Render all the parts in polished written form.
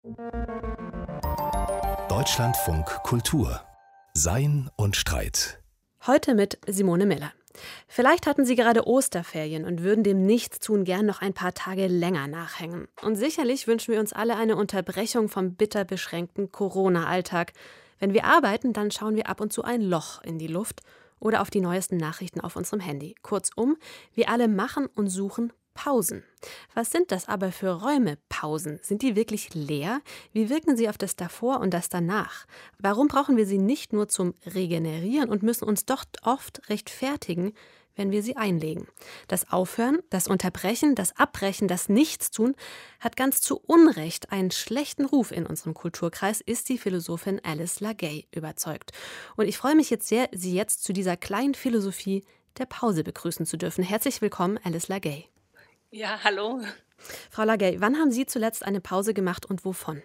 Deutschlandfunk Kultur. Sein und Streit. Heute mit Simone Miller. Vielleicht hatten Sie gerade Osterferien und würden dem Nichtstun gern noch ein paar Tage länger nachhängen. Und sicherlich wünschen wir uns alle eine Unterbrechung vom bitter beschränkten Corona-Alltag. Wenn wir arbeiten, dann schauen wir ab und zu ein Loch in die Luft oder auf die neuesten Nachrichten auf unserem Handy. Kurzum, wir alle machen und suchen Pausen. Was sind das aber für Räume, Pausen? Sind die wirklich leer? Wie wirken sie auf das davor und das danach? Warum brauchen wir sie nicht nur zum Regenerieren und müssen uns doch oft rechtfertigen, wenn wir sie einlegen? Das Aufhören, das Unterbrechen, das Abbrechen, das Nichtstun hat ganz zu Unrecht einen schlechten Ruf in unserem Kulturkreis, ist die Philosophin Alice Largay überzeugt. Und ich freue mich jetzt sehr, Sie jetzt zu dieser kleinen Philosophie der Pause begrüßen zu dürfen. Herzlich willkommen, Alice Largay. Ja, hallo. Frau Largay, wann haben Sie zuletzt eine Pause gemacht und wovon?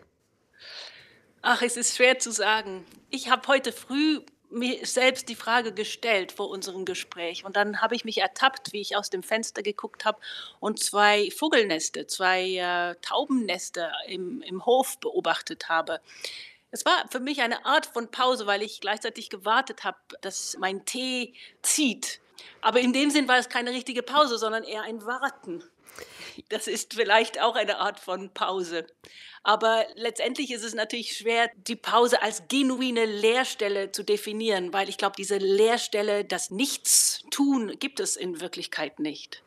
Ach, es ist schwer zu sagen. Ich habe heute früh mir selbst die Frage gestellt vor unserem Gespräch. Und dann habe ich mich ertappt, wie ich aus dem Fenster geguckt habe und zwei Vogelnester, zwei Taubennester im Hof beobachtet habe. Es war für mich eine Art von Pause, weil ich gleichzeitig gewartet habe, dass mein Tee zieht. Aber in dem Sinn war es keine richtige Pause, sondern eher ein Warten. Das ist vielleicht auch eine Art von Pause. Aber letztendlich ist es natürlich schwer, die Pause als genuine Leerstelle zu definieren, weil ich glaube, diese Leerstelle, das Nichtstun, gibt es in Wirklichkeit nicht.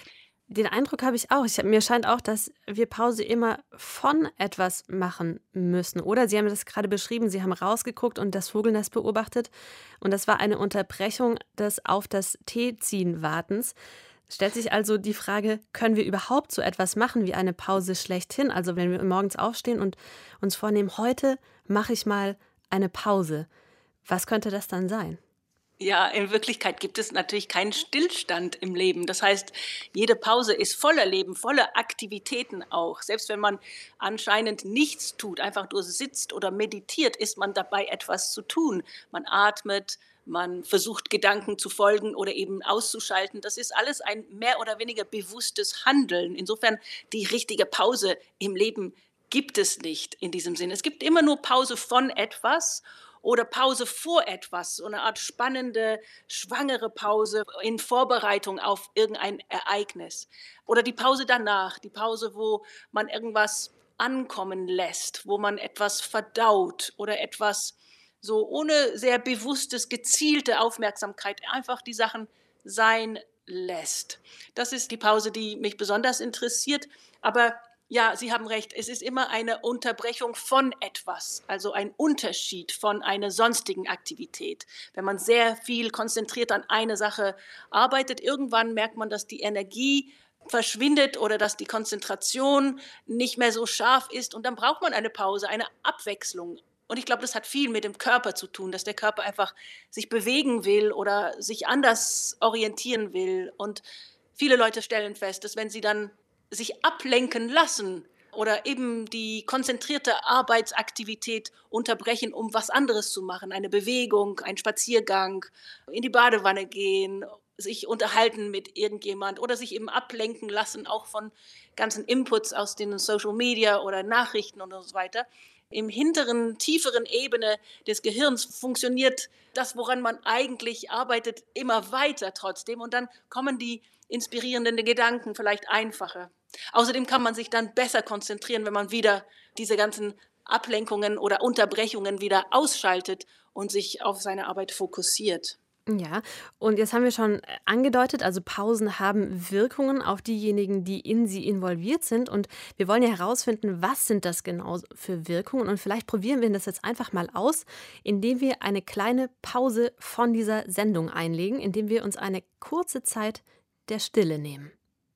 Den Eindruck habe ich auch. Mir scheint auch, dass wir Pause immer von etwas machen müssen. Oder Sie haben das gerade beschrieben, Sie haben rausgeguckt und das Vogelnest beobachtet. Und das war eine Unterbrechung des auf das Teeziehen Wartens. Stellt sich also die Frage, können wir überhaupt so etwas machen wie eine Pause schlechthin? Also wenn wir morgens aufstehen und uns vornehmen, heute mache ich mal eine Pause. Was könnte das dann sein? Ja, in Wirklichkeit gibt es natürlich keinen Stillstand im Leben. Das heißt, jede Pause ist voller Leben, voller Aktivitäten auch. Selbst wenn man anscheinend nichts tut, einfach nur sitzt oder meditiert, ist man dabei, etwas zu tun. Man atmet, man versucht, Gedanken zu folgen oder eben auszuschalten. Das ist alles ein mehr oder weniger bewusstes Handeln. Insofern die richtige Pause im Leben gibt es nicht in diesem Sinne. Es gibt immer nur Pause von etwas oder Pause vor etwas, so eine Art spannende, schwangere Pause in Vorbereitung auf irgendein Ereignis. Oder die Pause danach, die Pause, wo man irgendwas ankommen lässt, wo man etwas verdaut oder etwas so ohne sehr bewusstes, gezielte Aufmerksamkeit einfach die Sachen sein lässt. Das ist die Pause, die mich besonders interessiert. Aber ja, Sie haben recht, es ist immer eine Unterbrechung von etwas, also ein Unterschied von einer sonstigen Aktivität. Wenn man sehr viel konzentriert an eine Sache arbeitet, irgendwann merkt man, dass die Energie verschwindet oder dass die Konzentration nicht mehr so scharf ist und dann braucht man eine Pause, eine Abwechslung. Und ich glaube, das hat viel mit dem Körper zu tun, dass der Körper einfach sich bewegen will oder sich anders orientieren will. Und viele Leute stellen fest, dass wenn sie dann sich ablenken lassen oder eben die konzentrierte Arbeitsaktivität unterbrechen, um was anderes zu machen, eine Bewegung, einen Spaziergang, in die Badewanne gehen, sich unterhalten mit irgendjemand oder sich eben ablenken lassen, auch von ganzen Inputs aus den Social Media oder Nachrichten und so weiter. Im hinteren, tieferen Ebene des Gehirns funktioniert das, woran man eigentlich arbeitet, immer weiter trotzdem. Und dann kommen die inspirierenden Gedanken vielleicht einfacher. Außerdem kann man sich dann besser konzentrieren, wenn man wieder diese ganzen Ablenkungen oder Unterbrechungen wieder ausschaltet und sich auf seine Arbeit fokussiert. Ja, und jetzt haben wir schon angedeutet, also Pausen haben Wirkungen auf diejenigen, die in sie involviert sind. Und wir wollen ja herausfinden, was sind das genau für Wirkungen. Und vielleicht probieren wir das jetzt einfach mal aus, indem wir eine kleine Pause von dieser Sendung einlegen, indem wir uns eine kurze Zeit der Stille nehmen.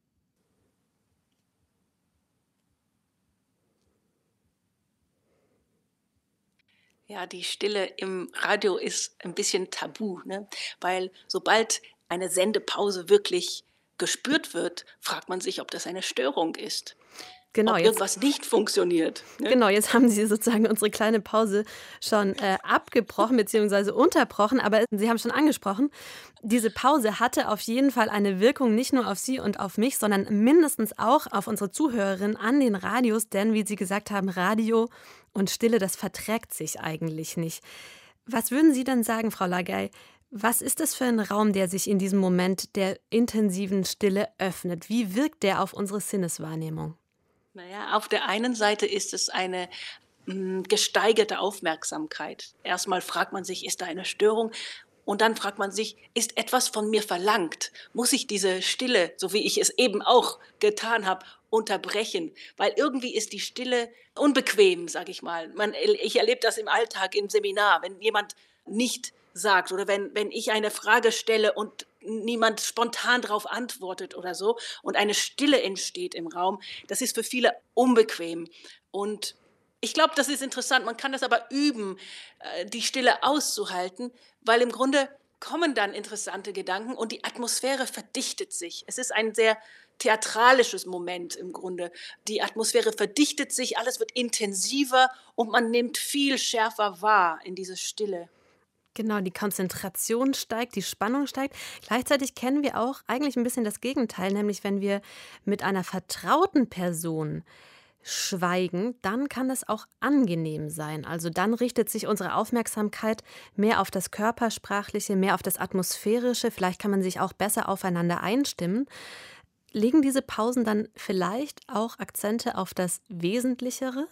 Ja, die Stille im Radio ist ein bisschen tabu, ne? Weil sobald eine Sendepause wirklich gespürt wird, fragt man sich, ob das eine Störung ist. Genau, ob jetzt irgendwas nicht funktioniert. Ne? Genau, jetzt haben Sie sozusagen unsere kleine Pause schon abgebrochen bzw. unterbrochen, aber Sie haben schon angesprochen, diese Pause hatte auf jeden Fall eine Wirkung nicht nur auf Sie und auf mich, sondern mindestens auch auf unsere Zuhörerinnen an den Radios, denn wie Sie gesagt haben, Radio und Stille, das verträgt sich eigentlich nicht. Was würden Sie denn sagen, Frau Lagey? Was ist das für ein Raum, der sich in diesem Moment der intensiven Stille öffnet? Wie wirkt der auf unsere Sinneswahrnehmung? Naja, auf der einen Seite ist es eine gesteigerte Aufmerksamkeit. Erstmal fragt man sich, ist da eine Störung? Und dann fragt man sich, ist etwas von mir verlangt? Muss ich diese Stille, so wie ich es eben auch getan habe, unterbrechen? Weil irgendwie ist die Stille unbequem, sage ich mal. Ich erlebe das im Alltag, im Seminar, wenn jemand nicht sagt oder wenn ich eine Frage stelle und niemand spontan darauf antwortet oder so und eine Stille entsteht im Raum, das ist für viele unbequem. Und ich glaube, das ist interessant. Man kann das aber üben, die Stille auszuhalten, weil im Grunde kommen dann interessante Gedanken und die Atmosphäre verdichtet sich. Es ist ein sehr theatralisches Moment im Grunde. Die Atmosphäre verdichtet sich, alles wird intensiver und man nimmt viel schärfer wahr in diese Stille. Genau, die Konzentration steigt, die Spannung steigt. Gleichzeitig kennen wir auch eigentlich ein bisschen das Gegenteil, nämlich wenn wir mit einer vertrauten Person schweigen, dann kann es auch angenehm sein. Also dann richtet sich unsere Aufmerksamkeit mehr auf das Körpersprachliche, mehr auf das Atmosphärische. Vielleicht kann man sich auch besser aufeinander einstimmen. Legen diese Pausen dann vielleicht auch Akzente auf das Wesentlichere?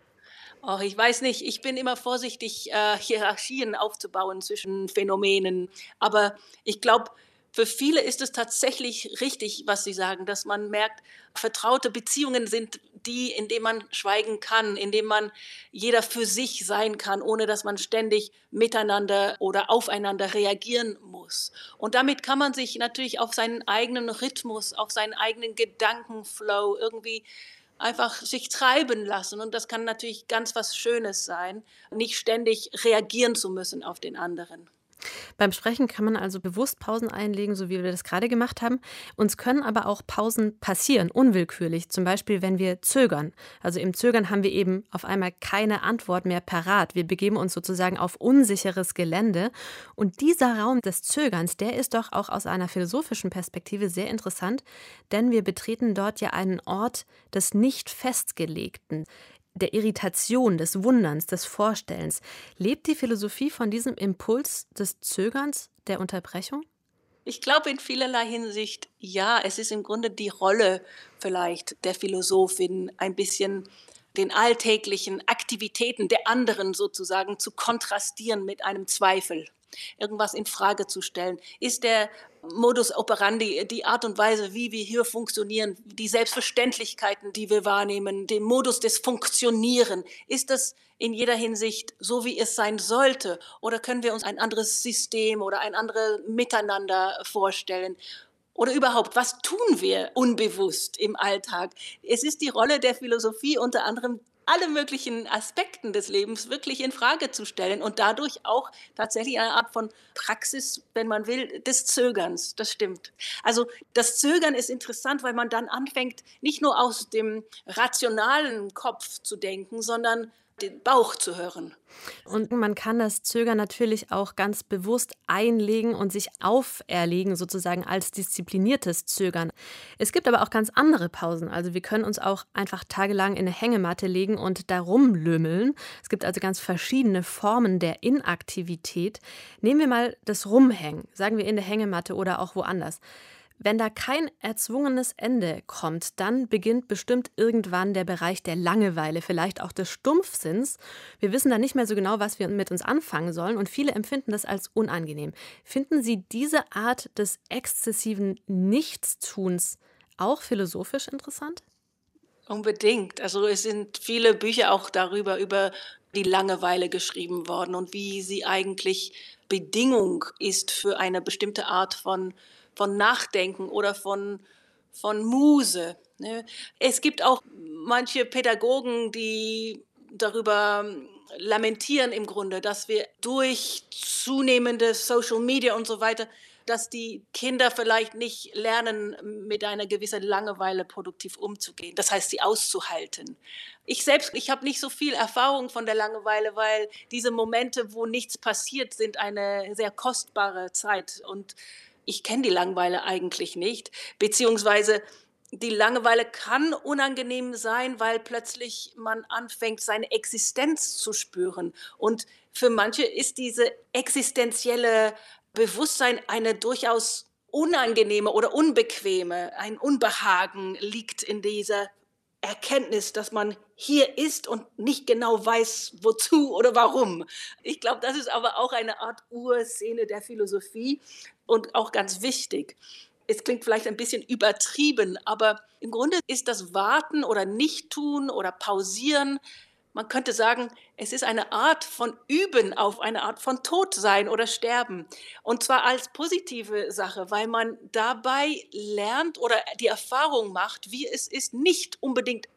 Oh, ich weiß nicht, ich bin immer vorsichtig, Hierarchien aufzubauen zwischen Phänomenen. Aber ich glaube, für viele ist es tatsächlich richtig, was Sie sagen, dass man merkt, vertraute Beziehungen sind die, in denen man schweigen kann, in denen man jeder für sich sein kann, ohne dass man ständig miteinander oder aufeinander reagieren muss. Und damit kann man sich natürlich auf seinen eigenen Rhythmus, auf seinen eigenen Gedankenflow irgendwie einfach sich treiben lassen. Und das kann natürlich ganz was Schönes sein, nicht ständig reagieren zu müssen auf den anderen. Beim Sprechen kann man also bewusst Pausen einlegen, so wie wir das gerade gemacht haben. Uns können aber auch Pausen passieren, unwillkürlich. Zum Beispiel, wenn wir zögern. Also im Zögern haben wir eben auf einmal keine Antwort mehr parat. Wir begeben uns sozusagen auf unsicheres Gelände. Und dieser Raum des Zögerns, der ist doch auch aus einer philosophischen Perspektive sehr interessant, denn wir betreten dort ja einen Ort des nicht Festgelegten, der Irritation, des Wunderns, des Vorstellens. Lebt die Philosophie von diesem Impuls des Zögerns, der Unterbrechung? Ich glaube in vielerlei Hinsicht, ja, es ist im Grunde die Rolle vielleicht der Philosophin, ein bisschen den alltäglichen Aktivitäten der anderen sozusagen zu kontrastieren mit einem Zweifel, irgendwas in Frage zu stellen. Ist der Modus operandi, die Art und Weise, wie wir hier funktionieren, die Selbstverständlichkeiten, die wir wahrnehmen, den Modus des Funktionieren, ist das in jeder Hinsicht so, wie es sein sollte? Oder können wir uns ein anderes System oder ein anderes Miteinander vorstellen? Oder überhaupt, was tun wir unbewusst im Alltag? Es ist die Rolle der Philosophie unter anderem, alle möglichen Aspekten des Lebens wirklich in Frage zu stellen und dadurch auch tatsächlich eine Art von Praxis, wenn man will, des Zögerns. Das stimmt. Also das Zögern ist interessant, weil man dann anfängt, nicht nur aus dem rationalen Kopf zu denken, sondern den Bauch zu hören. Und man kann das Zögern natürlich auch ganz bewusst einlegen und sich auferlegen, sozusagen als diszipliniertes Zögern. Es gibt aber auch ganz andere Pausen. Also wir können uns auch einfach tagelang in eine Hängematte legen und da rumlümmeln. Es gibt also ganz verschiedene Formen der Inaktivität. Nehmen wir mal das Rumhängen, sagen wir in der Hängematte oder auch woanders. Wenn da kein erzwungenes Ende kommt, dann beginnt bestimmt irgendwann der Bereich der Langeweile, vielleicht auch des Stumpfsinns. Wir wissen dann nicht mehr so genau, was wir mit uns anfangen sollen und viele empfinden das als unangenehm. Finden Sie diese Art des exzessiven Nichtstuns auch philosophisch interessant? Unbedingt. Also es sind viele Bücher auch darüber, über die Langeweile geschrieben worden und wie sie eigentlich Bedingung ist für eine bestimmte Art von Nachdenken oder von Muse. Ne? Es gibt auch manche Pädagogen, die darüber lamentieren im Grunde, dass wir durch zunehmende Social Media und so weiter dass die Kinder vielleicht nicht lernen, mit einer gewissen Langeweile produktiv umzugehen. Das heißt, sie auszuhalten. Ich habe nicht so viel Erfahrung von der Langeweile, weil diese Momente, wo nichts passiert, sind eine sehr kostbare Zeit. Und ich kenne die Langeweile eigentlich nicht, beziehungsweise die Langeweile kann unangenehm sein, weil plötzlich man anfängt, seine Existenz zu spüren. Und für manche ist diese existenzielle Bewusstsein eine durchaus unangenehme oder unbequeme. Ein Unbehagen liegt in dieser Erkenntnis, dass man hier ist und nicht genau weiß, wozu oder warum. Ich glaube, das ist aber auch eine Art Urszene der Philosophie und auch ganz wichtig. Es klingt vielleicht ein bisschen übertrieben, aber im Grunde ist das Warten oder Nichttun oder Pausieren, man könnte sagen, es ist eine Art von Üben auf eine Art von Todsein oder Sterben. Und zwar als positive Sache, weil man dabei lernt oder die Erfahrung macht, wie es ist, nicht unbedingt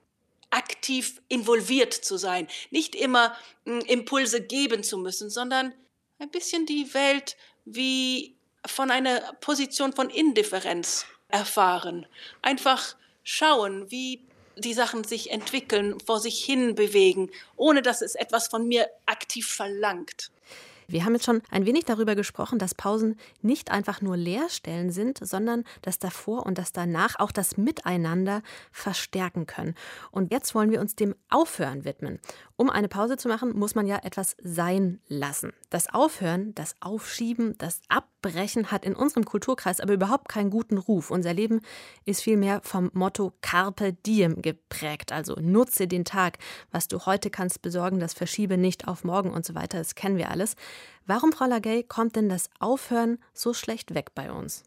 aktiv involviert zu sein, nicht immer Impulse geben zu müssen, sondern ein bisschen die Welt wie von einer Position von Indifferenz erfahren. Einfach schauen, wie die Sachen sich entwickeln, vor sich hin bewegen, ohne dass es etwas von mir aktiv verlangt. Wir haben jetzt schon ein wenig darüber gesprochen, dass Pausen nicht einfach nur Leerstellen sind, sondern das Davor und das Danach auch das Miteinander verstärken können. Und jetzt wollen wir uns dem Aufhören widmen. Um eine Pause zu machen, muss man ja etwas sein lassen. Das Aufhören, das Aufschieben, das Abbrechen hat in unserem Kulturkreis aber überhaupt keinen guten Ruf. Unser Leben ist vielmehr vom Motto Carpe Diem geprägt, also nutze den Tag. Was du heute kannst besorgen, das verschiebe nicht auf morgen und so weiter, das kennen wir alles. Warum, Frau Lagey, kommt denn das Aufhören so schlecht weg bei uns?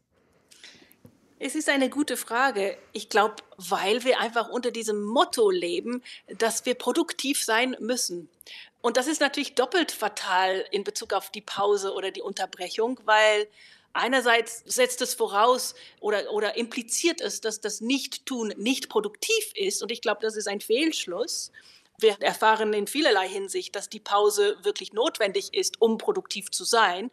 Es ist eine gute Frage. Ich glaube, weil wir einfach unter diesem Motto leben, dass wir produktiv sein müssen. Und das ist natürlich doppelt fatal in Bezug auf die Pause oder die Unterbrechung, weil einerseits setzt es voraus oder impliziert es, dass das Nichttun nicht produktiv ist. Und ich glaube, das ist ein Fehlschluss. Wir erfahren in vielerlei Hinsicht, dass die Pause wirklich notwendig ist, um produktiv zu sein.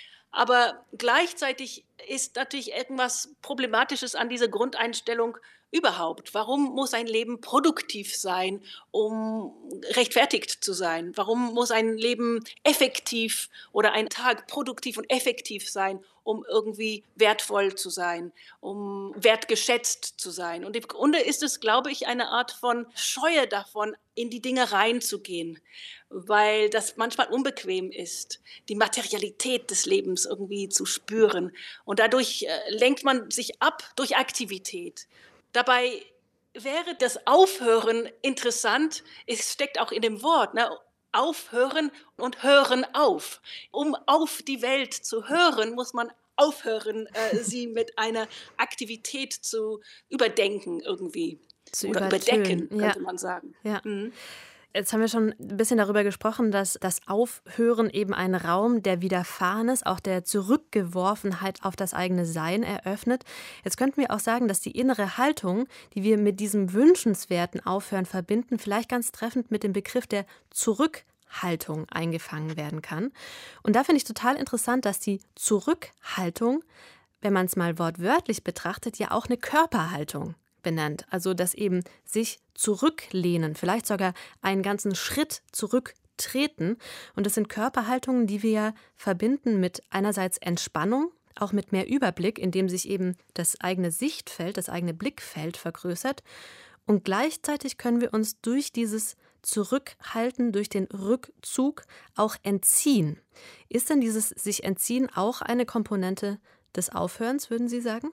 Aber gleichzeitig ist natürlich irgendwas Problematisches an dieser Grundeinstellung überhaupt. Warum muss ein Leben produktiv sein, um rechtfertigt zu sein? Warum muss ein Leben effektiv oder ein Tag produktiv und effektiv sein, um irgendwie wertvoll zu sein, um wertgeschätzt zu sein? Und im Grunde ist es, glaube ich, eine Art von Scheue davon, in die Dinge reinzugehen, weil das manchmal unbequem ist, die Materialität des Lebens irgendwie zu spüren. Und dadurch lenkt man sich ab durch Aktivität. Dabei wäre das Aufhören interessant, es steckt auch in dem Wort, ne? Aufhören und hören auf. Um auf die Welt zu hören, muss man aufhören, sie mit einer Aktivität zu überdenken irgendwie. Oder überdecken, könnte man sagen. Ja. Jetzt haben wir schon ein bisschen darüber gesprochen, dass das Aufhören eben einen Raum der Widerfahrenes, auch der Zurückgeworfenheit auf das eigene Sein eröffnet. Jetzt könnten wir auch sagen, dass die innere Haltung, die wir mit diesem wünschenswerten Aufhören verbinden, vielleicht ganz treffend mit dem Begriff der Zurückhaltung eingefangen werden kann. Und da finde ich total interessant, dass die Zurückhaltung, wenn man es mal wortwörtlich betrachtet, ja auch eine Körperhaltung benannt. Also das eben sich zurücklehnen, vielleicht sogar einen ganzen Schritt zurücktreten. Und das sind Körperhaltungen, die wir ja verbinden mit einerseits Entspannung, auch mit mehr Überblick, indem sich eben das eigene Sichtfeld, das eigene Blickfeld vergrößert. Und gleichzeitig können wir uns durch dieses Zurückhalten, durch den Rückzug auch entziehen. Ist denn dieses sich entziehen auch eine Komponente des Aufhörens, würden Sie sagen?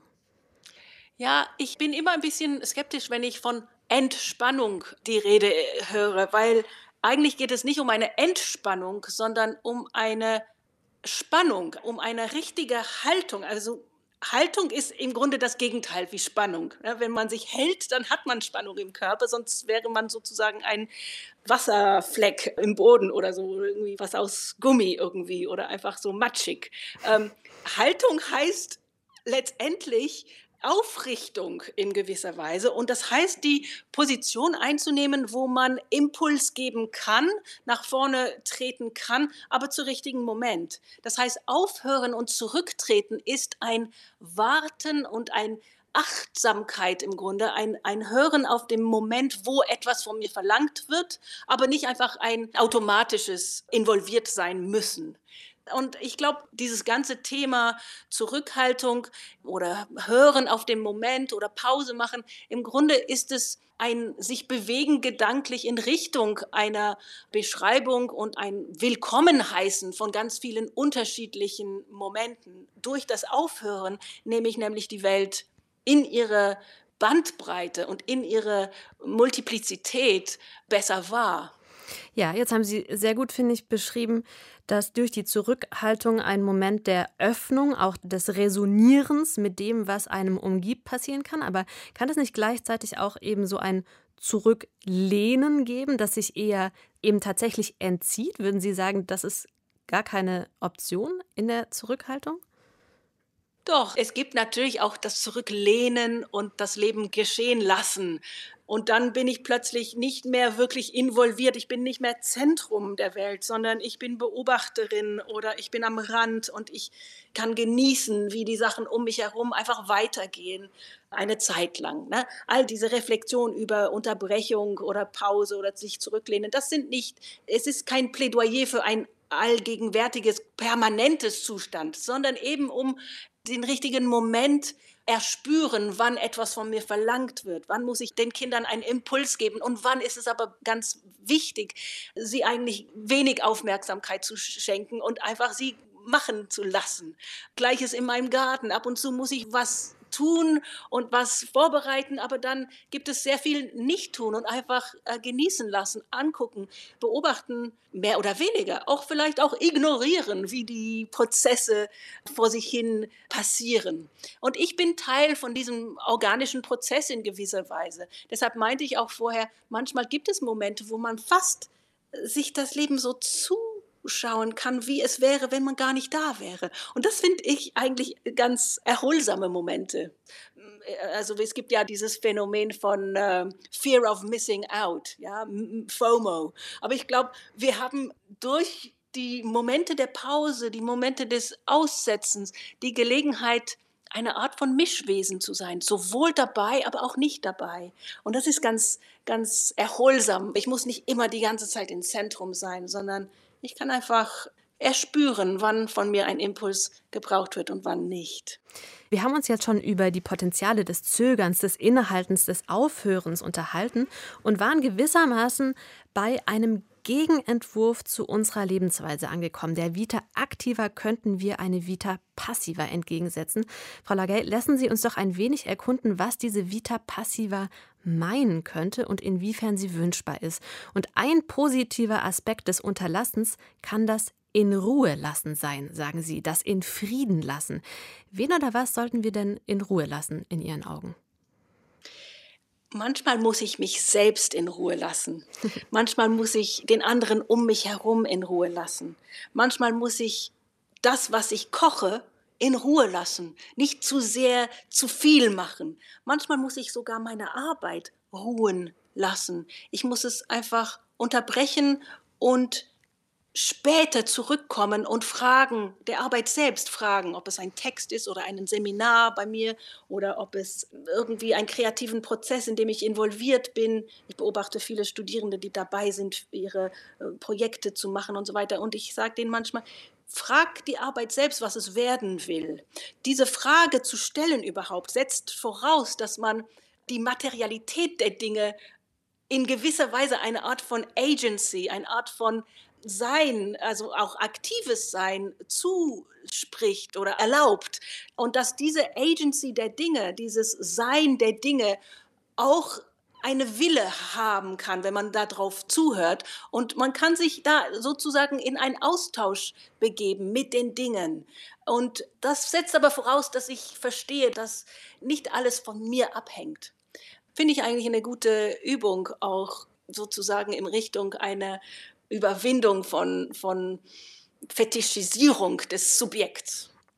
Ja, ich bin immer ein bisschen skeptisch, wenn ich von Entspannung die Rede höre, weil eigentlich geht es nicht um eine Entspannung, sondern um eine Spannung, um eine richtige Haltung. Also Haltung ist im Grunde das Gegenteil wie Spannung. Ja, wenn man sich hält, dann hat man Spannung im Körper, sonst wäre man sozusagen ein Wasserfleck im Boden oder so, irgendwie was aus Gummi irgendwie oder einfach so matschig. Haltung heißt letztendlich Aufrichtung in gewisser Weise. Und das heißt, die Position einzunehmen, wo man Impuls geben kann, nach vorne treten kann, aber zu richtigen Moment. Das heißt, aufhören und zurücktreten ist ein Warten und ein Achtsamkeit im Grunde, ein Hören auf den Moment, wo etwas von mir verlangt wird, aber nicht einfach ein automatisches involviert sein müssen. Und ich glaube, dieses ganze Thema Zurückhaltung oder Hören auf den Moment oder Pause machen, im Grunde ist es ein sich bewegen gedanklich in Richtung einer Beschreibung und ein Willkommenheißen von ganz vielen unterschiedlichen Momenten. Durch das Aufhören nehme ich nämlich die Welt in ihre Bandbreite und in ihre Multiplizität besser wahr. Ja, jetzt haben Sie sehr gut, finde ich, beschrieben, dass durch die Zurückhaltung ein Moment der Öffnung, auch des Resonierens mit dem, was einem umgibt, passieren kann. Aber kann es nicht gleichzeitig auch eben so ein Zurücklehnen geben, das sich eher eben tatsächlich entzieht? Würden Sie sagen, das ist gar keine Option in der Zurückhaltung? Doch, es gibt natürlich auch das Zurücklehnen und das Leben geschehen lassen. Und dann bin ich plötzlich nicht mehr wirklich involviert. Ich bin nicht mehr Zentrum der Welt, sondern ich bin Beobachterin oder ich bin am Rand und ich kann genießen, wie die Sachen um mich herum einfach weitergehen, eine Zeit lang. Ne? All diese Reflexion über Unterbrechung oder Pause oder sich zurücklehnen, es ist kein Plädoyer für ein allgegenwärtiges, permanentes Zustand, sondern eben um den richtigen Moment erspüren, wann etwas von mir verlangt wird. Wann muss ich den Kindern einen Impuls geben und wann ist es aber ganz wichtig, sie eigentlich wenig Aufmerksamkeit zu schenken und einfach sie machen zu lassen. Gleiches in meinem Garten. Ab und zu muss ich was tun und was vorbereiten, aber dann gibt es sehr viel Nicht-Tun und einfach genießen lassen, angucken, beobachten, mehr oder weniger, auch vielleicht auch ignorieren, wie die Prozesse vor sich hin passieren. Und ich bin Teil von diesem organischen Prozess in gewisser Weise. Deshalb meinte ich auch vorher, manchmal gibt es Momente, wo man fast sich das Leben so zuschauen kann, wie es wäre, wenn man gar nicht da wäre. Und das finde ich eigentlich ganz erholsame Momente. Also es gibt ja dieses Phänomen von Fear of Missing Out, ja, FOMO. Aber ich glaube, wir haben durch die Momente der Pause, die Momente des Aussetzens, die Gelegenheit, eine Art von Mischwesen zu sein, sowohl dabei, aber auch nicht dabei. Und das ist ganz, ganz erholsam. Ich muss nicht immer die ganze Zeit im Zentrum sein, sondern ich kann einfach erspüren, wann von mir ein Impuls gebraucht wird und wann nicht. Wir haben uns jetzt schon über die Potenziale des Zögerns, des Innehaltens, des Aufhörens unterhalten und waren gewissermaßen bei einem Gegenentwurf zu unserer Lebensweise angekommen. Der Vita Activa könnten wir eine Vita Passiva entgegensetzen. Frau Laguerre, lassen Sie uns doch ein wenig erkunden, was diese Vita Passiva meinen könnte und inwiefern sie wünschbar ist. Und ein positiver Aspekt des Unterlassens kann das in Ruhe lassen sein, sagen Sie, das in Frieden lassen. Wen oder was sollten wir denn in Ruhe lassen, in Ihren Augen? Manchmal muss ich mich selbst in Ruhe lassen. Manchmal muss ich den anderen um mich herum in Ruhe lassen. Manchmal muss ich das, was ich koche, in Ruhe lassen. Nicht zu sehr, zu viel machen. Manchmal muss ich sogar meine Arbeit ruhen lassen. Ich muss es einfach unterbrechen und später zurückkommen und fragen, der Arbeit selbst fragen, ob es ein Text ist oder ein Seminar bei mir oder ob es irgendwie einen kreativen Prozess, in dem ich involviert bin. Ich beobachte viele Studierende, die dabei sind, ihre Projekte zu machen und so weiter. Und ich sage denen manchmal, frag die Arbeit selbst, was es werden will. Diese Frage zu stellen überhaupt setzt voraus, dass man die Materialität der Dinge in gewisser Weise eine Art von Agency, eine Art von Sein, also auch aktives Sein zuspricht oder erlaubt. Und dass diese Agency der Dinge, dieses Sein der Dinge auch eine Wille haben kann, wenn man darauf zuhört. Und man kann sich da sozusagen in einen Austausch begeben mit den Dingen. Und das setzt aber voraus, dass ich verstehe, dass nicht alles von mir abhängt. Finde ich eigentlich eine gute Übung, auch sozusagen in Richtung einer Überwindung von Fetischisierung des Subjekts.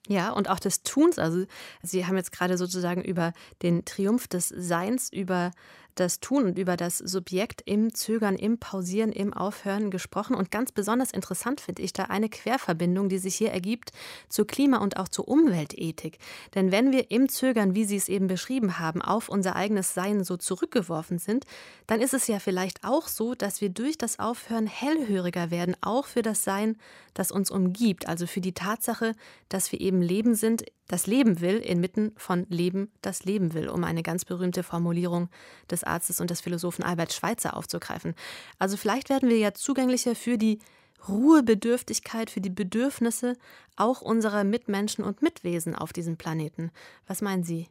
Ja, und auch des Tuns. Also Sie haben jetzt gerade sozusagen über den Triumph des Seins, über das Tun und über das Subjekt im Zögern, im Pausieren, im Aufhören gesprochen. Und ganz besonders interessant finde ich da eine Querverbindung, die sich hier ergibt zur Klima- und auch zur Umweltethik. Denn wenn wir im Zögern, wie Sie es eben beschrieben haben, auf unser eigenes Sein so zurückgeworfen sind, dann ist es ja vielleicht auch so, dass wir durch das Aufhören hellhöriger werden, auch für das Sein, das uns umgibt. Also für die Tatsache, dass wir eben Leben sind, das Leben will, inmitten von Leben, das Leben will, um eine ganz berühmte Formulierung des Arztes und des Philosophen Albert Schweitzer aufzugreifen. Also vielleicht werden wir ja zugänglicher für die Ruhebedürftigkeit, für die Bedürfnisse auch unserer Mitmenschen und Mitwesen auf diesem Planeten. Was meinen Sie?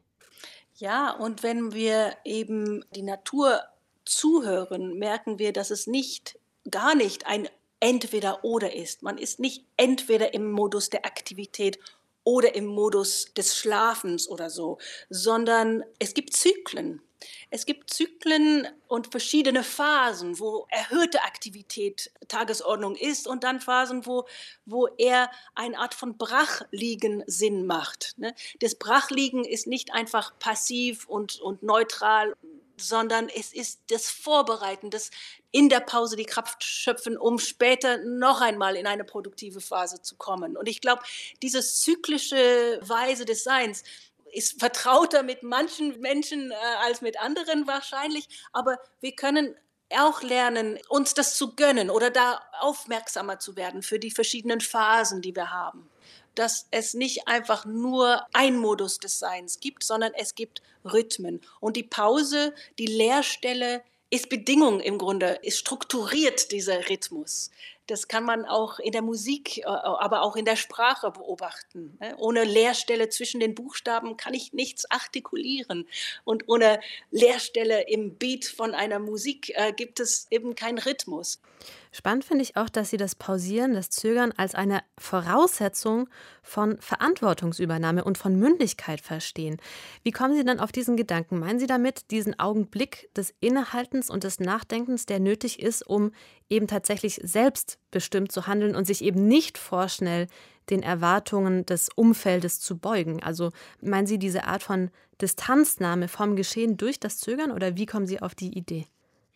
Ja, und wenn wir eben die Natur zuhören, merken wir, dass es gar nicht ein Entweder-Oder ist. Man ist nicht entweder im Modus der Aktivität oder im Modus des Schlafens oder so, sondern es gibt Zyklen. Es gibt Zyklen und verschiedene Phasen, wo erhöhte Aktivität Tagesordnung ist und dann Phasen, wo eher eine Art von Brachliegen Sinn macht. Ne? Das Brachliegen ist nicht einfach passiv und neutral, sondern es ist das Vorbereiten, das in der Pause die Kraft schöpfen, um später noch einmal in eine produktive Phase zu kommen. Und ich glaube, diese zyklische Weise des Seins ist vertrauter mit manchen Menschen als mit anderen wahrscheinlich, aber wir können auch lernen, uns das zu gönnen oder da aufmerksamer zu werden für die verschiedenen Phasen, die wir haben. Dass es nicht einfach nur ein Modus des Seins gibt, sondern es gibt Rhythmen. Und die Pause, die Leerstelle ist Bedingung im Grunde, ist strukturiert dieser Rhythmus. Das kann man auch in der Musik, aber auch in der Sprache beobachten. Ohne Leerstelle zwischen den Buchstaben kann ich nichts artikulieren. Und ohne Leerstelle im Beat von einer Musik gibt es eben keinen Rhythmus. Spannend finde ich auch, dass Sie das Pausieren, das Zögern als eine Voraussetzung von Verantwortungsübernahme und von Mündigkeit verstehen. Wie kommen Sie dann auf diesen Gedanken? Meinen Sie damit diesen Augenblick des Innehaltens und des Nachdenkens, der nötig ist, um eben tatsächlich selbstbestimmt zu handeln und sich eben nicht vorschnell den Erwartungen des Umfeldes zu beugen? Also meinen Sie diese Art von Distanznahme vom Geschehen durch das Zögern oder wie kommen Sie auf die Idee?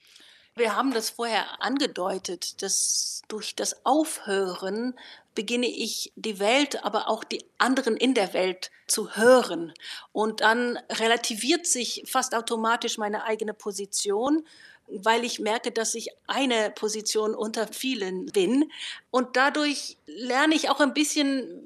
Wir haben das vorher angedeutet, dass durch das Aufhören beginne ich die Welt, aber auch die anderen in der Welt zu hören. Und dann relativiert sich fast automatisch meine eigene Position, weil ich merke, dass ich eine Position unter vielen bin. Und dadurch lerne ich auch ein bisschen,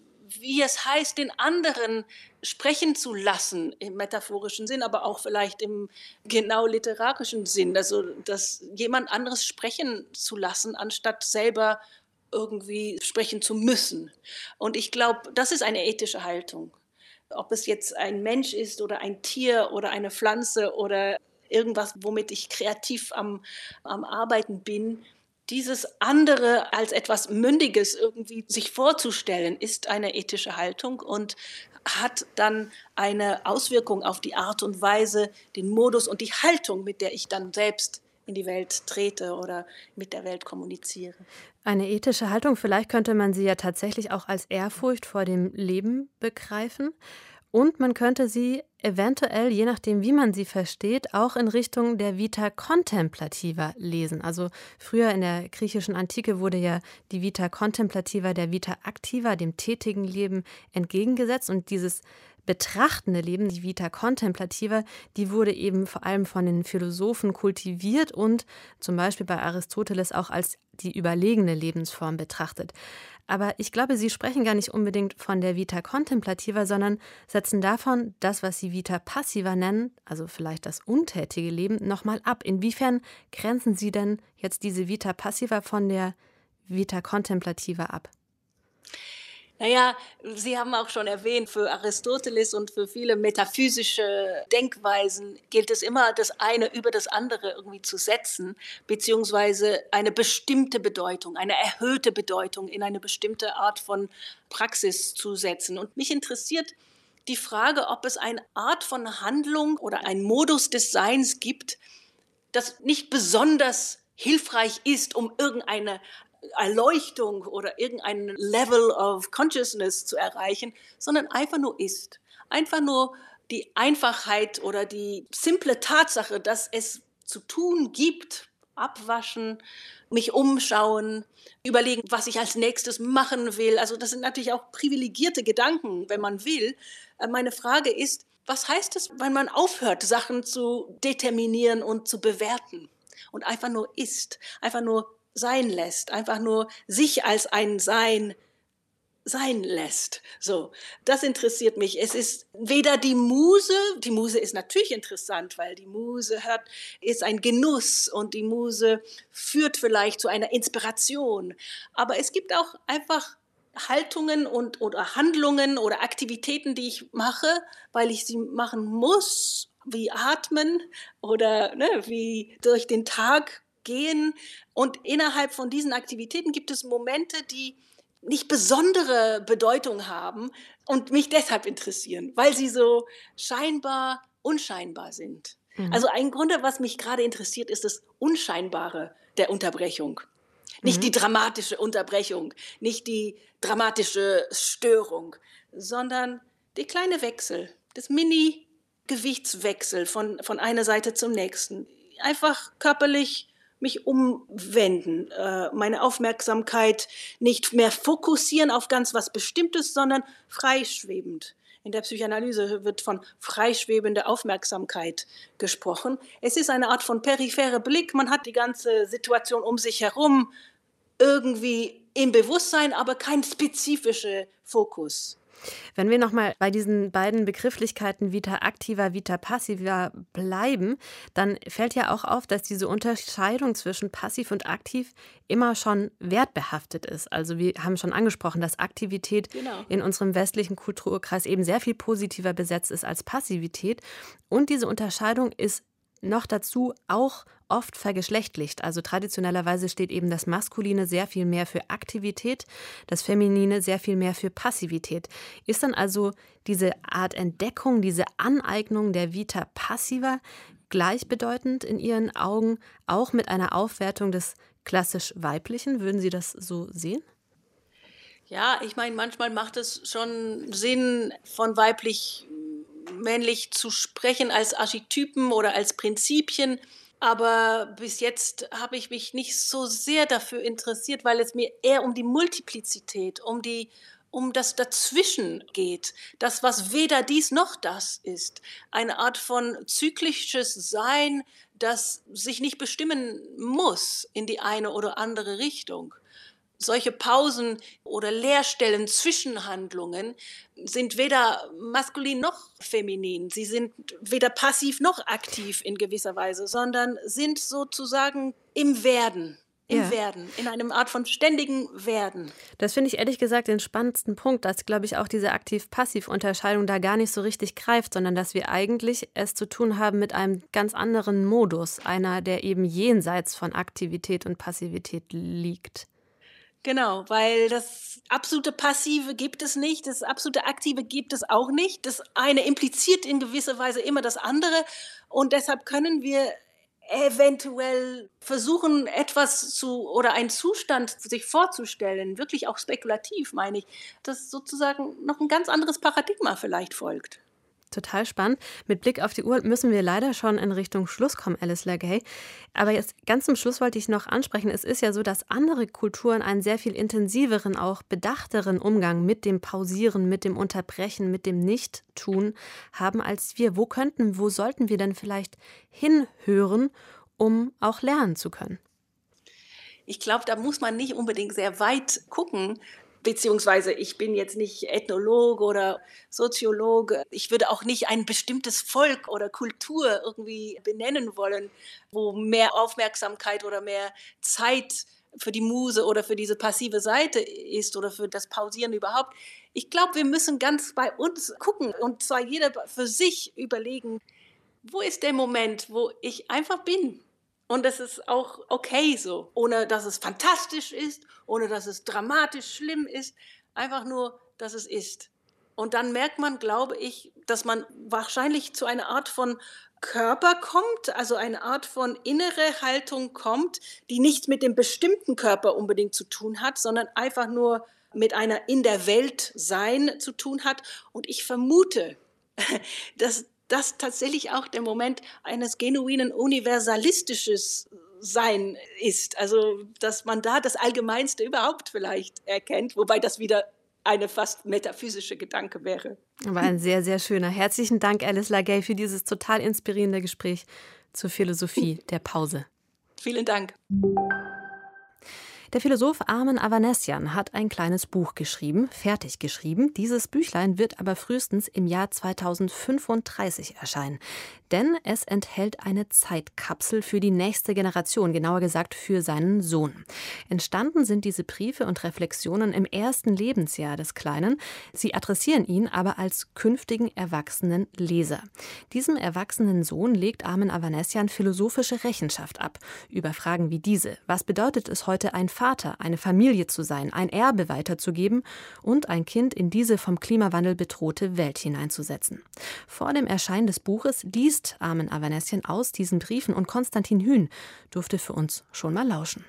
wie es heißt, den anderen sprechen zu lassen, im metaphorischen Sinn, aber auch vielleicht im genau literarischen Sinn. Also, dass jemand anderes sprechen zu lassen, anstatt selber irgendwie sprechen zu müssen. Und ich glaube, das ist eine ethische Haltung. Ob es jetzt ein Mensch ist oder ein Tier oder eine Pflanze oder irgendwas, womit ich kreativ am Arbeiten bin, dieses andere als etwas Mündiges irgendwie sich vorzustellen, ist eine ethische Haltung und hat dann eine Auswirkung auf die Art und Weise, den Modus und die Haltung, mit der ich dann selbst in die Welt trete oder mit der Welt kommuniziere. Eine ethische Haltung, vielleicht könnte man sie ja tatsächlich auch als Ehrfurcht vor dem Leben begreifen. Und man könnte sie eventuell, je nachdem, wie man sie versteht, auch in Richtung der Vita Contemplativa lesen. Also früher in der griechischen Antike wurde ja die Vita Contemplativa der Vita Activa, dem tätigen Leben, entgegengesetzt. Und dieses betrachtende Leben, die Vita Contemplativa, die wurde eben vor allem von den Philosophen kultiviert und zum Beispiel bei Aristoteles auch als die überlegene Lebensform betrachtet. Aber ich glaube, Sie sprechen gar nicht unbedingt von der Vita Contemplativa, sondern setzen davon das, was Sie Vita Passiva nennen, also vielleicht das untätige Leben, nochmal ab. Inwiefern grenzen Sie denn jetzt diese Vita Passiva von der Vita Contemplativa ab? Naja, Sie haben auch schon erwähnt, für Aristoteles und für viele metaphysische Denkweisen gilt es immer, das eine über das andere irgendwie zu setzen, beziehungsweise eine bestimmte Bedeutung, eine erhöhte Bedeutung in eine bestimmte Art von Praxis zu setzen. Und mich interessiert die Frage, ob es eine Art von Handlung oder einen Modus des Seins gibt, das nicht besonders hilfreich ist, um irgendeine Erleuchtung oder irgendein Level of Consciousness zu erreichen, sondern einfach nur ist. Einfach nur die Einfachheit oder die simple Tatsache, dass es zu tun gibt, abwaschen, mich umschauen, überlegen, was ich als nächstes machen will. Also das sind natürlich auch privilegierte Gedanken, wenn man will. Meine Frage ist, was heißt es, wenn man aufhört, Sachen zu determinieren und zu bewerten und einfach nur ist, einfach nur sein lässt, einfach nur sich als ein Sein sein lässt. So, das interessiert mich. Es ist weder die Muse ist natürlich interessant, weil die Muse ist ein Genuss und die Muse führt vielleicht zu einer Inspiration. Aber es gibt auch einfach Haltungen oder Handlungen oder Aktivitäten, die ich mache, weil ich sie machen muss, wie atmen oder wie durch den Tag gehen. Und innerhalb von diesen Aktivitäten gibt es Momente, die nicht besondere Bedeutung haben und mich deshalb interessieren, weil sie so scheinbar unscheinbar sind. Also ein Grund, was mich gerade interessiert, ist das Unscheinbare der Unterbrechung. Nicht die dramatische Unterbrechung, nicht die dramatische Störung, sondern der kleine Wechsel, das Mini-Gewichtswechsel von einer Seite zum nächsten. Einfach körperlich mich umwenden, meine Aufmerksamkeit nicht mehr fokussieren auf ganz was Bestimmtes, sondern freischwebend. In der Psychoanalyse wird von freischwebender Aufmerksamkeit gesprochen. Es ist eine Art von peripherer Blick. Man hat die ganze Situation um sich herum irgendwie im Bewusstsein, aber kein spezifischer Fokus. Wenn wir nochmal bei diesen beiden Begrifflichkeiten Vita activa, Vita passiva bleiben, dann fällt ja auch auf, dass diese Unterscheidung zwischen passiv und aktiv immer schon wertbehaftet ist. Also wir haben schon angesprochen, dass Aktivität in unserem westlichen Kulturkreis eben sehr viel positiver besetzt ist als Passivität. Und diese Unterscheidung ist noch dazu auch oft vergeschlechtlicht. Also traditionellerweise steht eben das Maskuline sehr viel mehr für Aktivität, das Feminine sehr viel mehr für Passivität. Ist dann also diese Art Entdeckung, diese Aneignung der Vita passiva gleichbedeutend in Ihren Augen auch mit einer Aufwertung des klassisch Weiblichen? Würden Sie das so sehen? Ja, ich meine, manchmal macht es schon Sinn, von weiblich männlich zu sprechen als Archetypen oder als Prinzipien. Aber bis jetzt habe ich mich nicht so sehr dafür interessiert, weil es mir eher um die Multiplizität, um das Dazwischen geht. Das, was weder dies noch das ist. Eine Art von zyklisches Sein, das sich nicht bestimmen muss in die eine oder andere Richtung. Solche Pausen oder Leerstellen, Zwischenhandlungen sind weder maskulin noch feminin. Sie sind weder passiv noch aktiv in gewisser Weise, sondern sind sozusagen im Werden. Werden, in einem Art von ständigen Werden. Das finde ich ehrlich gesagt den spannendsten Punkt, dass, glaube ich, auch diese Aktiv-Passiv-Unterscheidung da gar nicht so richtig greift, sondern dass wir eigentlich es zu tun haben mit einem ganz anderen Modus, einer, der eben jenseits von Aktivität und Passivität liegt. Genau, weil das absolute Passive gibt es nicht, das absolute Aktive gibt es auch nicht. Das eine impliziert in gewisser Weise immer das andere und deshalb können wir eventuell versuchen, oder einen Zustand sich vorzustellen, wirklich auch spekulativ, meine ich, dass sozusagen noch ein ganz anderes Paradigma vielleicht folgt. Total spannend. Mit Blick auf die Uhr müssen wir leider schon in Richtung Schluss kommen, Alice Legay. Aber jetzt ganz zum Schluss wollte ich noch ansprechen, es ist ja so, dass andere Kulturen einen sehr viel intensiveren, auch bedachteren Umgang mit dem Pausieren, mit dem Unterbrechen, mit dem Nicht-Tun haben als wir. Wo sollten wir denn vielleicht hinhören, um auch lernen zu können? Ich glaube, da muss man nicht unbedingt sehr weit gucken, beziehungsweise ich bin jetzt nicht Ethnologe oder Soziologe. Ich würde auch nicht ein bestimmtes Volk oder Kultur irgendwie benennen wollen, wo mehr Aufmerksamkeit oder mehr Zeit für die Muse oder für diese passive Seite ist oder für das Pausieren überhaupt. Ich glaube, wir müssen ganz bei uns gucken und zwar jeder für sich überlegen, wo ist der Moment, wo ich einfach bin? Und das ist auch okay so, ohne dass es fantastisch ist, ohne dass es dramatisch schlimm ist, einfach nur, dass es ist. Und dann merkt man, glaube ich, dass man wahrscheinlich zu einer Art von Körper kommt, also eine Art von innere Haltung kommt, die nichts mit dem bestimmten Körper unbedingt zu tun hat, sondern einfach nur mit einer in der Welt Sein zu tun hat. Und ich vermute, dass das tatsächlich auch der Moment eines genuinen universalistisches Sein ist. Also, dass man da das Allgemeinste überhaupt vielleicht erkennt, wobei das wieder eine fast metaphysische Gedanke wäre. War ein sehr, sehr schöner. Herzlichen Dank, Alice Lagay, für dieses total inspirierende Gespräch zur Philosophie der Pause. Vielen Dank. Der Philosoph Armen Avanesian hat ein kleines Buch geschrieben, fertig geschrieben. Dieses Büchlein wird aber frühestens im Jahr 2035 erscheinen. Denn es enthält eine Zeitkapsel für die nächste Generation, genauer gesagt für seinen Sohn. Entstanden sind diese Briefe und Reflexionen im ersten Lebensjahr des Kleinen. Sie adressieren ihn aber als künftigen erwachsenen Leser. Diesem erwachsenen Sohn legt Armen Avanesian philosophische Rechenschaft ab über Fragen wie diese. Was bedeutet es heute, ein Vater, eine Familie zu sein, ein Erbe weiterzugeben und ein Kind in diese vom Klimawandel bedrohte Welt hineinzusetzen? Vor dem Erscheinen des Buches liest Armen Avanesian aus diesen Briefen und Konstantin Hühn durfte für uns schon mal lauschen.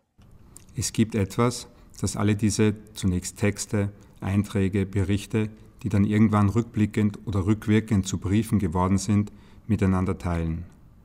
Es gibt etwas, das alle diese zunächst Texte, Einträge, Berichte, die dann irgendwann rückblickend oder rückwirkend zu Briefen geworden sind, miteinander teilen.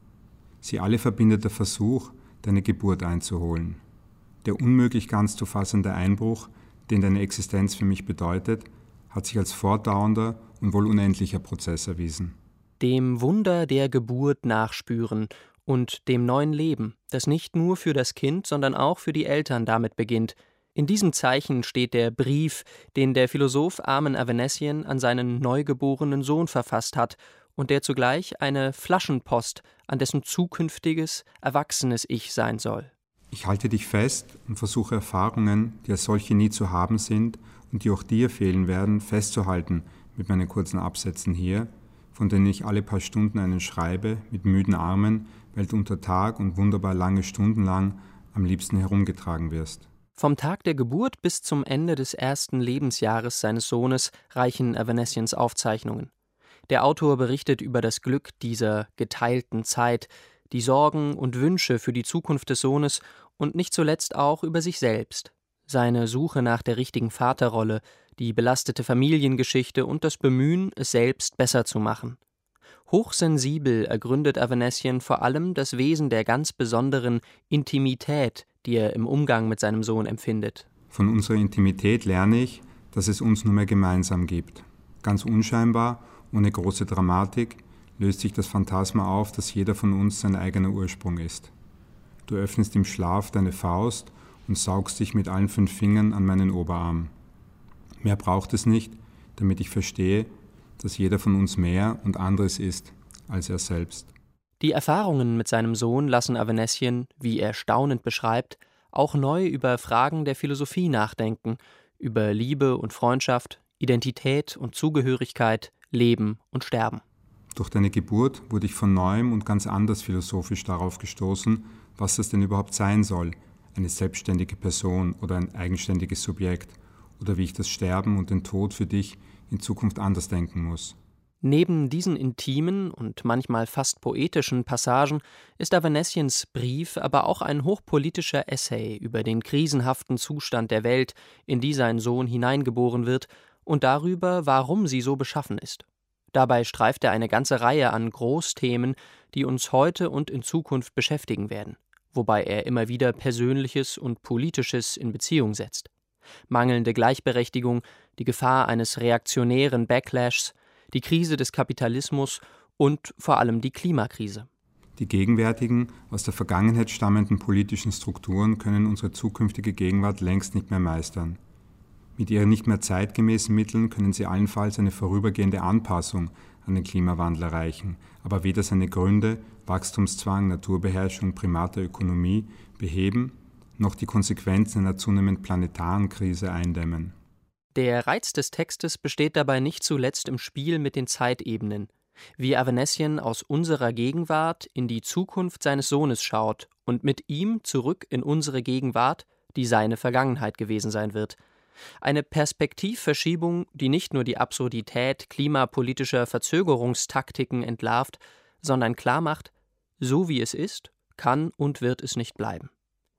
Sie alle verbindet der Versuch, deine Geburt einzuholen. Der unmöglich ganz zu fassende Einbruch, den deine Existenz für mich bedeutet, hat sich als fortdauernder und wohl unendlicher Prozess erwiesen. Dem Wunder der Geburt nachspüren und dem neuen Leben, das nicht nur für das Kind, sondern auch für die Eltern damit beginnt. In diesem Zeichen steht der Brief, den der Philosoph Armen Avanesian an seinen neugeborenen Sohn verfasst hat und der zugleich eine Flaschenpost an dessen zukünftiges, erwachsenes Ich sein soll. Ich halte dich fest und versuche Erfahrungen, die als solche nie zu haben sind und die auch dir fehlen werden, festzuhalten mit meinen kurzen Absätzen hier, von denen ich alle paar Stunden einen schreibe, mit müden Armen, weil du unter Tag und wunderbar lange Stunden lang am liebsten herumgetragen wirst. Vom Tag der Geburt bis zum Ende des ersten Lebensjahres seines Sohnes reichen Avanesians Aufzeichnungen. Der Autor berichtet über das Glück dieser geteilten Zeit, die Sorgen und Wünsche für die Zukunft des Sohnes und nicht zuletzt auch über sich selbst. Seine Suche nach der richtigen Vaterrolle, die belastete Familiengeschichte und das Bemühen, es selbst besser zu machen. Hochsensibel ergründet Avanesian vor allem das Wesen der ganz besonderen Intimität, die er im Umgang mit seinem Sohn empfindet. Von unserer Intimität lerne ich, dass es uns nur mehr gemeinsam gibt. Ganz unscheinbar, ohne große Dramatik, löst sich das Phantasma auf, dass jeder von uns sein eigener Ursprung ist. Du öffnest im Schlaf deine Faust und saugst dich mit allen 5 Fingern an meinen Oberarm. Mehr braucht es nicht, damit ich verstehe, dass jeder von uns mehr und anderes ist als er selbst. Die Erfahrungen mit seinem Sohn lassen Avanesian, wie er staunend beschreibt, auch neu über Fragen der Philosophie nachdenken, über Liebe und Freundschaft, Identität und Zugehörigkeit, Leben und Sterben. Durch deine Geburt wurde ich von neuem und ganz anders philosophisch darauf gestoßen, was das denn überhaupt sein soll, eine selbstständige Person oder ein eigenständiges Subjekt, oder wie ich das Sterben und den Tod für dich in Zukunft anders denken muss. Neben diesen intimen und manchmal fast poetischen Passagen ist Avanesians Brief aber auch ein hochpolitischer Essay über den krisenhaften Zustand der Welt, in die sein Sohn hineingeboren wird, und darüber, warum sie so beschaffen ist. Dabei streift er eine ganze Reihe an Großthemen, die uns heute und in Zukunft beschäftigen werden, wobei er immer wieder Persönliches und Politisches in Beziehung setzt. Mangelnde Gleichberechtigung, die Gefahr eines reaktionären Backlashs, die Krise des Kapitalismus und vor allem die Klimakrise. Die gegenwärtigen, aus der Vergangenheit stammenden politischen Strukturen können unsere zukünftige Gegenwart längst nicht mehr meistern. Mit ihren nicht mehr zeitgemäßen Mitteln können sie allenfalls eine vorübergehende Anpassung an den Klimawandel erreichen, aber weder seine Gründe, Wachstumszwang, Naturbeherrschung, Primat der Ökonomie beheben, noch die Konsequenzen einer zunehmend planetaren Krise eindämmen. Der Reiz des Textes besteht dabei nicht zuletzt im Spiel mit den Zeitebenen, wie Avanesian aus unserer Gegenwart in die Zukunft seines Sohnes schaut und mit ihm zurück in unsere Gegenwart, die seine Vergangenheit gewesen sein wird. Eine Perspektivverschiebung, die nicht nur die Absurdität klimapolitischer Verzögerungstaktiken entlarvt, sondern klarmacht, so wie es ist, kann und wird es nicht bleiben.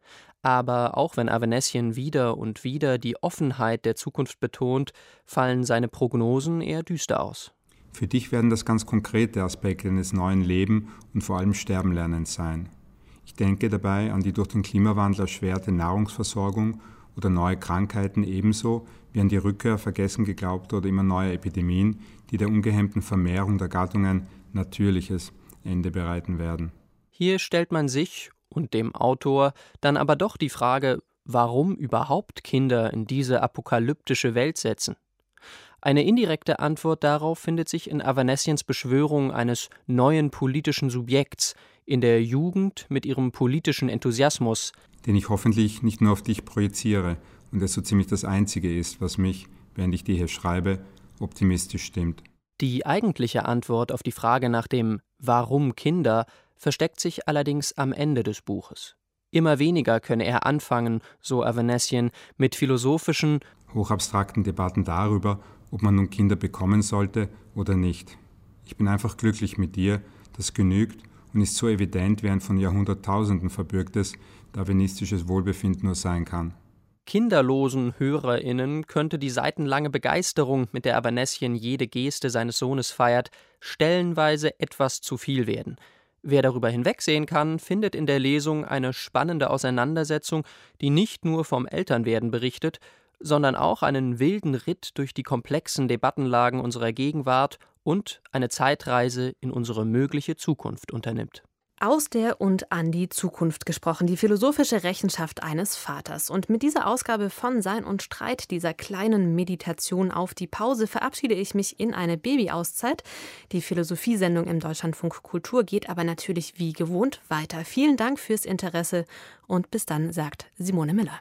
Aber auch wenn Avanessian wieder und wieder die Offenheit der Zukunft betont, fallen seine Prognosen eher düster aus. Für dich werden das ganz konkrete Aspekte eines neuen Leben und vor allem Sterbenlernens sein. Ich denke dabei an die durch den Klimawandel erschwerte Nahrungsversorgung oder neue Krankheiten ebenso wie an die Rückkehr vergessen geglaubter oder immer neuer Epidemien, die der ungehemmten Vermehrung der Gattungen natürliches Ende bereiten werden. Hier stellt man sich und dem Autor dann aber doch die Frage, warum überhaupt Kinder in diese apokalyptische Welt setzen. Eine indirekte Antwort darauf findet sich in Avanessians Beschwörung eines neuen politischen Subjekts in der Jugend mit ihrem politischen Enthusiasmus, den ich hoffentlich nicht nur auf dich projiziere und es so ziemlich das Einzige ist, was mich, während ich dir hier schreibe, optimistisch stimmt. Die eigentliche Antwort auf die Frage nach dem Warum Kinder versteckt sich allerdings am Ende des Buches. Immer weniger könne er anfangen, so Avanessian, mit philosophischen, hochabstrakten Debatten darüber, ob man nun Kinder bekommen sollte oder nicht. Ich bin einfach glücklich mit dir, das genügt und ist so evident, wie ein von Jahrhunderttausenden verbürgtes darwinistisches Wohlbefinden nur sein kann. Kinderlosen HörerInnen könnte die seitenlange Begeisterung, mit der Avanessian jede Geste seines Sohnes feiert, stellenweise etwas zu viel werden. Wer darüber hinwegsehen kann, findet in der Lesung eine spannende Auseinandersetzung, die nicht nur vom Elternwerden berichtet, sondern auch einen wilden Ritt durch die komplexen Debattenlagen unserer Gegenwart und eine Zeitreise in unsere mögliche Zukunft unternimmt. Aus der und an die Zukunft gesprochen, die philosophische Rechenschaft eines Vaters. Und mit dieser Ausgabe von Sein und Streit, dieser kleinen Meditation auf die Pause, verabschiede ich mich in eine Babyauszeit. Die Philosophiesendung im Deutschlandfunk Kultur geht aber natürlich wie gewohnt weiter. Vielen Dank fürs Interesse und bis dann, sagt Simone Miller.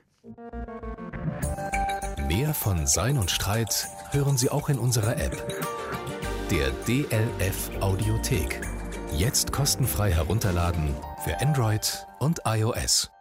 Mehr von Sein und Streit hören Sie auch in unserer App, der DLF Audiothek. Jetzt kostenfrei herunterladen für Android und iOS.